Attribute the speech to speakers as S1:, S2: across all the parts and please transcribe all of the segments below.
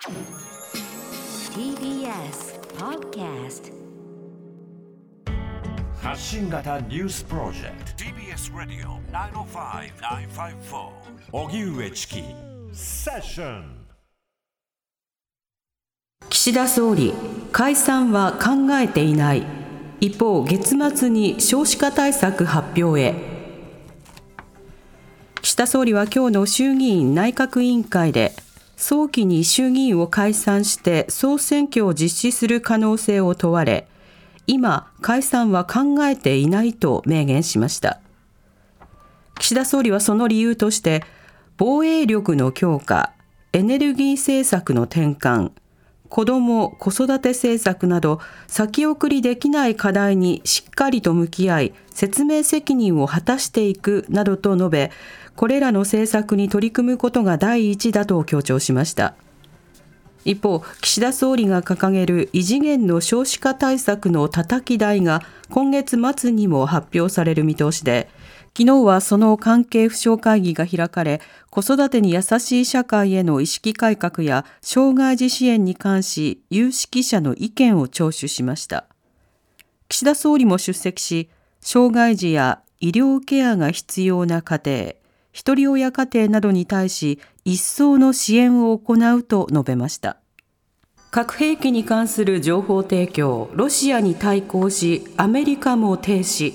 S1: TBS Podcast
S2: 発信型ニュースプロジェクト TBS ラディオ905-954おぎゅうえちきセッション。
S3: 岸田総理、解散は考えていない。一方、月末に少子化対策発表へ。岸田総理は今日の衆議院内閣委員会で、早期に衆議院を解散して総選挙を実施する可能性を問われ、今、解散は考えていないと明言しました。岸田総理はその理由として、防衛力の強化、エネルギー政策の転換、子ども・子育て政策など先送りできない課題にしっかりと向き合い、説明責任を果たしていくなどと述べ、これらの政策に取り組むことが第一だと強調しました。一方、岸田総理が掲げる異次元の少子化対策のたたき台が今月末にも発表される見通しで、昨日はその関係府省会議が開かれ、子育てに優しい社会への意識改革や障害児支援に関し、有識者の意見を聴取しました。岸田総理も出席し、障害児や医療ケアが必要な家庭、一人親家庭などに対し一層の支援を行うと述べました。核兵器に関する情報提供、ロシアに対抗しアメリカも停止。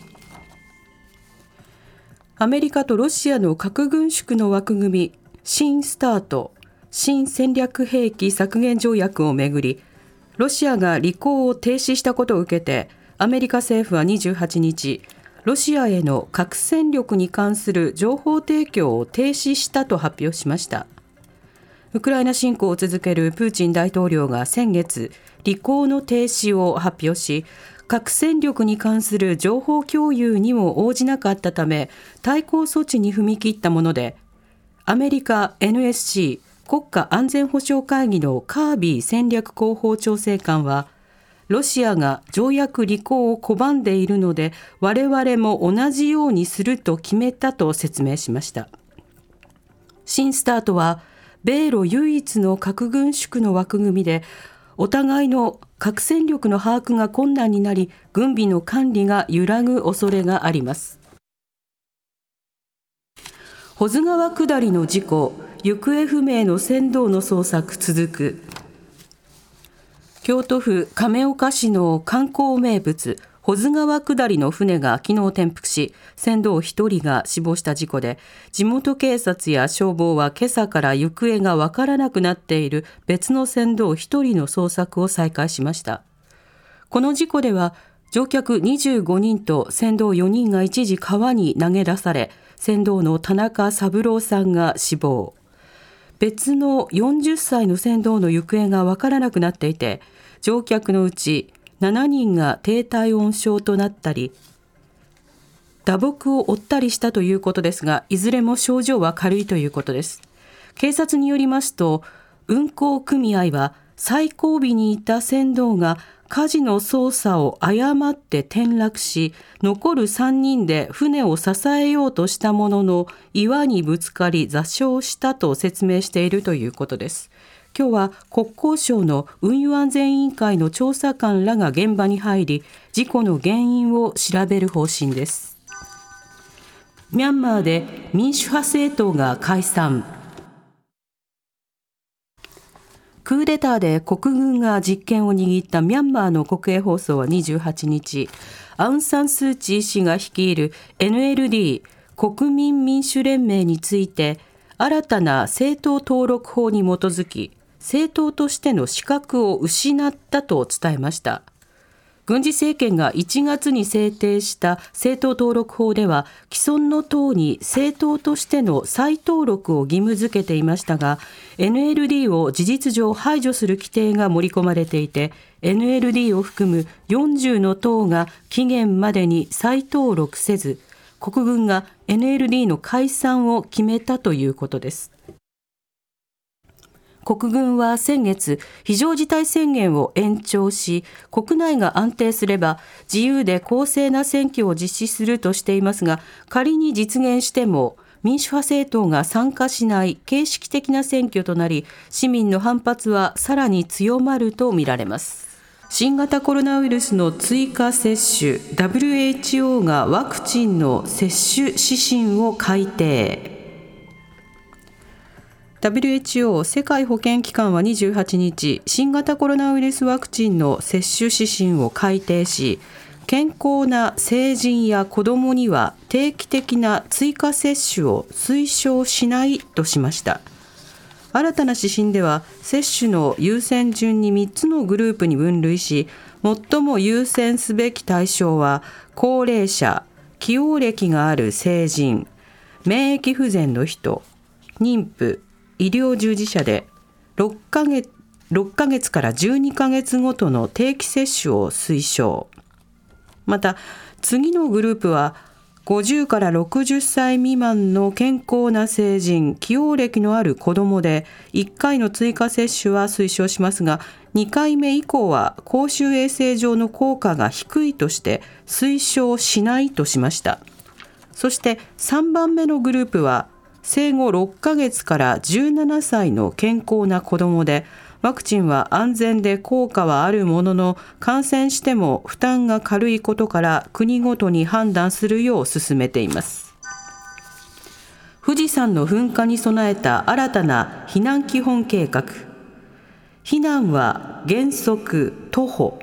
S3: アメリカとロシアの核軍縮の枠組み、新スタート、新戦略兵器削減条約をめぐり、ロシアが履行を停止したことを受けて、アメリカ政府は28日、ロシアへの核戦力に関する情報提供を停止したと発表しました。ウクライナ侵攻を続けるプーチン大統領が先月、履行の停止を発表し、核戦力に関する情報共有にも応じなかったため、対抗措置に踏み切ったもので、アメリカ NSC 国家安全保障会議のカービー戦略広報調整官は、ロシアが条約履行を拒んでいるので、我々も同じようにすると決めたと説明しました。新スタートは、米ロ唯一の核軍縮の枠組みで、お互いの核戦力の把握が困難になり、軍備の管理が揺らぐ恐れがあります。保津川下りの事故、行方不明の船頭の捜索続く。京都府亀岡市の観光名物、保津川下りの船が昨日転覆し、船頭1人が死亡した事故で、地元警察や消防は今朝から行方がわからなくなっている別の船頭1人の捜索を再開しました。この事故では、乗客25人と船頭4人が一時川に投げ出され、船頭の田中三郎さんが死亡。別の40歳の船頭の行方がわからなくなっていて、乗客のうち7人が低体温症となったり、打撲を負ったりしたということですが、いずれも症状は軽いということです。警察によりますと、運航組合は最後尾にいた船頭が舵の操作を誤って転落し、残る3人で船を支えようとしたものの、岩にぶつかり座礁したと説明しているということです。今日は国交省の運輸安全委員会の調査官らが現場に入り、事故の原因を調べる方針です。ミャンマーで民主派政党が解散。クーデターで国軍が実権を握ったミャンマーの国営放送は28日、アウン・サン・スー・チー氏が率いる NLD 国民民主連盟について、新たな政党登録法に基づき、政党としての資格を失ったと伝えました。軍事政権が1月に制定した政党登録法では、既存の党に政党としての再登録を義務付けていましたが、NLD を事実上排除する規定が盛り込まれていて、NLD を含む40の党が期限までに再登録せず、国軍が NLD の解散を決めたということです。国軍は先月、非常事態宣言を延長し、国内が安定すれば自由で公正な選挙を実施するとしていますが、仮に実現しても民主派政党が参加しない形式的な選挙となり、市民の反発はさらに強まるとみられます。新型コロナウイルスの追加接種、WHO がワクチンの接種指針を改定。WHO 世界保健機関は28日、新型コロナウイルスワクチンの接種指針を改定し、健康な成人や子どもには定期的な追加接種を推奨しないとしました。新たな指針では、接種の優先順に3つのグループに分類し、最も優先すべき対象は高齢者、既往歴がある成人、免疫不全の人、妊婦、医療従事者で6ヶ月から12ヶ月ごとの定期接種を推奨。また次のグループは50から60歳未満の健康な成人、既往歴のある子どもで1回の追加接種は推奨しますが、2回目以降は公衆衛生上の効果が低いとして推奨しないとしました。そして3番目のグループは生後6ヶ月から17歳の健康な子どもで、ワクチンは安全で効果はあるものの、感染しても負担が軽いことから国ごとに判断するよう進めています。富士山の噴火に備えた新たな避難基本計画。避難は原則徒歩。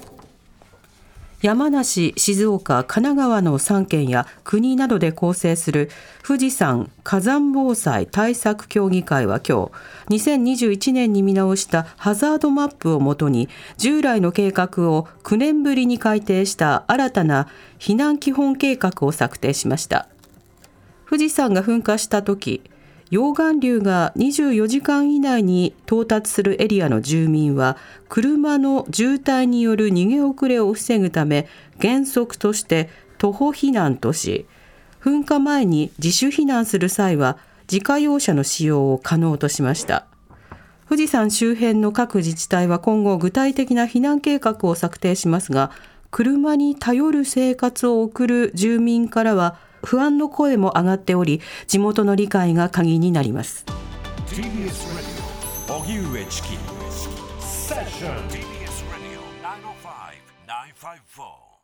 S3: 山梨、静岡、神奈川の3県や国などで構成する富士山火山防災対策協議会は今日、2021年に見直したハザードマップをもとに、従来の計画を9年ぶりに改定した新たな避難基本計画を策定しました。富士山が噴火した時、溶岩流が24時間以内に到達するエリアの住民は、車の渋滞による逃げ遅れを防ぐため、原則として徒歩避難とし、噴火前に自主避難する際は自家用車の使用を可能としました。富士山周辺の各自治体は今後具体的な避難計画を策定しますが、車に頼る生活を送る住民からは不安の声も上がっており、地元の理解が鍵になります。
S2: TBS Radio 荻上チキセッション TBS Radio 905-954